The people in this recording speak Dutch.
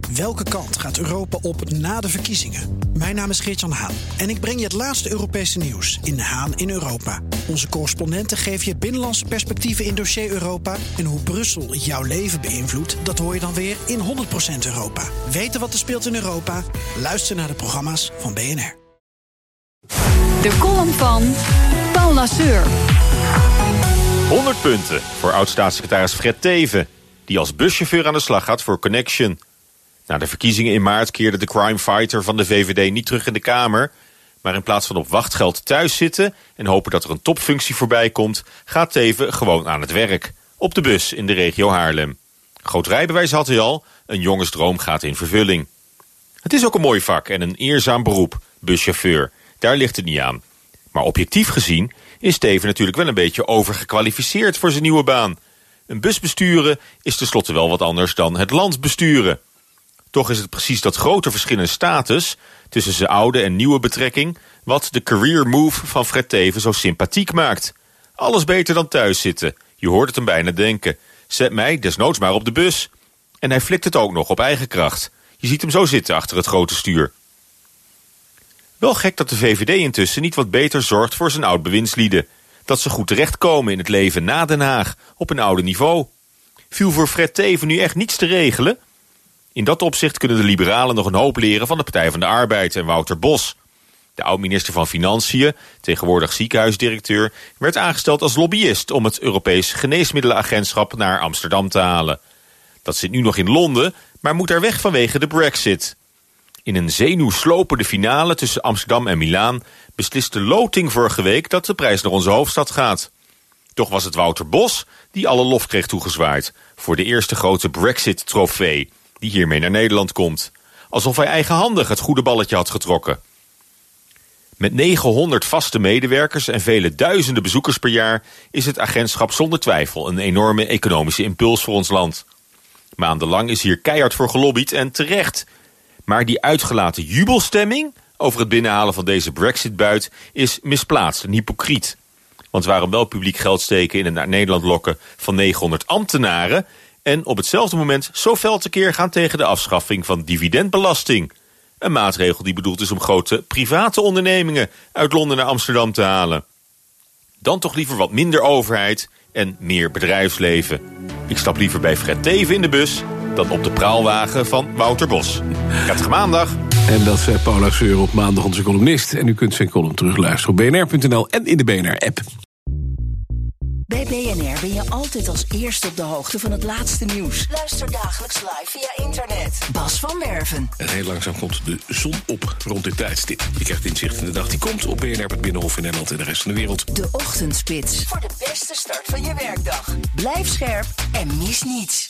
Welke kant gaat Europa op na de verkiezingen? Mijn naam is Geert-Jan Haan en ik breng je het laatste Europese nieuws in Haan in Europa. Onze correspondenten geven je binnenlandse perspectieven in dossier Europa. En hoe Brussel jouw leven beïnvloedt, dat hoor je dan weer in 100% Europa. Weten wat er speelt in Europa? Luister naar de programma's van BNR. De column van Paul Lasseur. 100 punten voor oud-staatssecretaris Fred Teeven, die als buschauffeur aan de slag gaat voor Connection. Na de verkiezingen in maart keerde de crimefighter van de VVD niet terug in de Kamer, maar in plaats van op wachtgeld thuis zitten en hopen dat er een topfunctie voorbij komt, gaat Teeven gewoon aan het werk. Op de bus in de regio Haarlem. Groot rijbewijs had hij al, een jongensdroom gaat in vervulling. Het is ook een mooi vak en een eerzaam beroep, buschauffeur. Daar ligt het niet aan. Maar objectief gezien is Teeven natuurlijk wel een beetje overgekwalificeerd voor zijn nieuwe baan. Een bus besturen is tenslotte wel wat anders dan het land besturen. Toch is het precies dat grote verschil in status tussen zijn oude en nieuwe betrekking wat de career move van Fred Teeven zo sympathiek maakt. Alles beter dan thuis zitten. Je hoort het hem bijna denken. Zet mij desnoods maar op de bus. En hij flikt het ook nog op eigen kracht. Je ziet hem zo zitten achter het grote stuur. Wel gek dat de VVD intussen niet wat beter zorgt voor zijn oud-bewindslieden. Dat ze goed terechtkomen in het leven na Den Haag, op een oude niveau. Viel voor Fred Teeven nu echt niets te regelen? In dat opzicht kunnen de liberalen nog een hoop leren van de Partij van de Arbeid en Wouter Bos. De oud-minister van Financiën, tegenwoordig ziekenhuisdirecteur, werd aangesteld als lobbyist om het Europees Geneesmiddelenagentschap naar Amsterdam te halen. Dat zit nu nog in Londen, maar moet daar weg vanwege de Brexit. In een zenuwslopende finale tussen Amsterdam en Milaan besliste de loting vorige week dat de prijs naar onze hoofdstad gaat. Toch was het Wouter Bos die alle lof kreeg toegezwaaid voor de eerste grote Brexit-trofee die hiermee naar Nederland komt. Alsof hij eigenhandig het goede balletje had getrokken. Met 900 vaste medewerkers en vele duizenden bezoekers per jaar is het agentschap zonder twijfel een enorme economische impuls voor ons land. Maandenlang is hier keihard voor gelobbyd en terecht. Maar die uitgelaten jubelstemming over het binnenhalen van deze Brexit-buit is misplaatst en hypocriet. Want waarom wel publiek geld steken in het naar Nederland lokken van 900 ambtenaren en op hetzelfde moment zo fel tekeer gaan tegen de afschaffing van dividendbelasting? Een maatregel die bedoeld is om grote private ondernemingen uit Londen naar Amsterdam te halen. Dan toch liever wat minder overheid en meer bedrijfsleven. Ik stap liever bij Fred Teeven in de bus dan op de praalwagen van Wouter Bos. Prettige maandag. En dat zei Paul Lasseur op maandag, onze columnist. En u kunt zijn column terugluisteren op bnr.nl en in de BNR-app. Bij BNR ben je altijd als eerste op de hoogte van het laatste nieuws. Luister dagelijks live via internet. Bas van Werven. En heel langzaam komt de zon op rond dit tijdstip. Je krijgt inzicht in de dag die komt op BNR, het Binnenhof in Nederland en de rest van de wereld. De Ochtendspits. Voor de beste start van je werkdag. Blijf scherp en mis niets.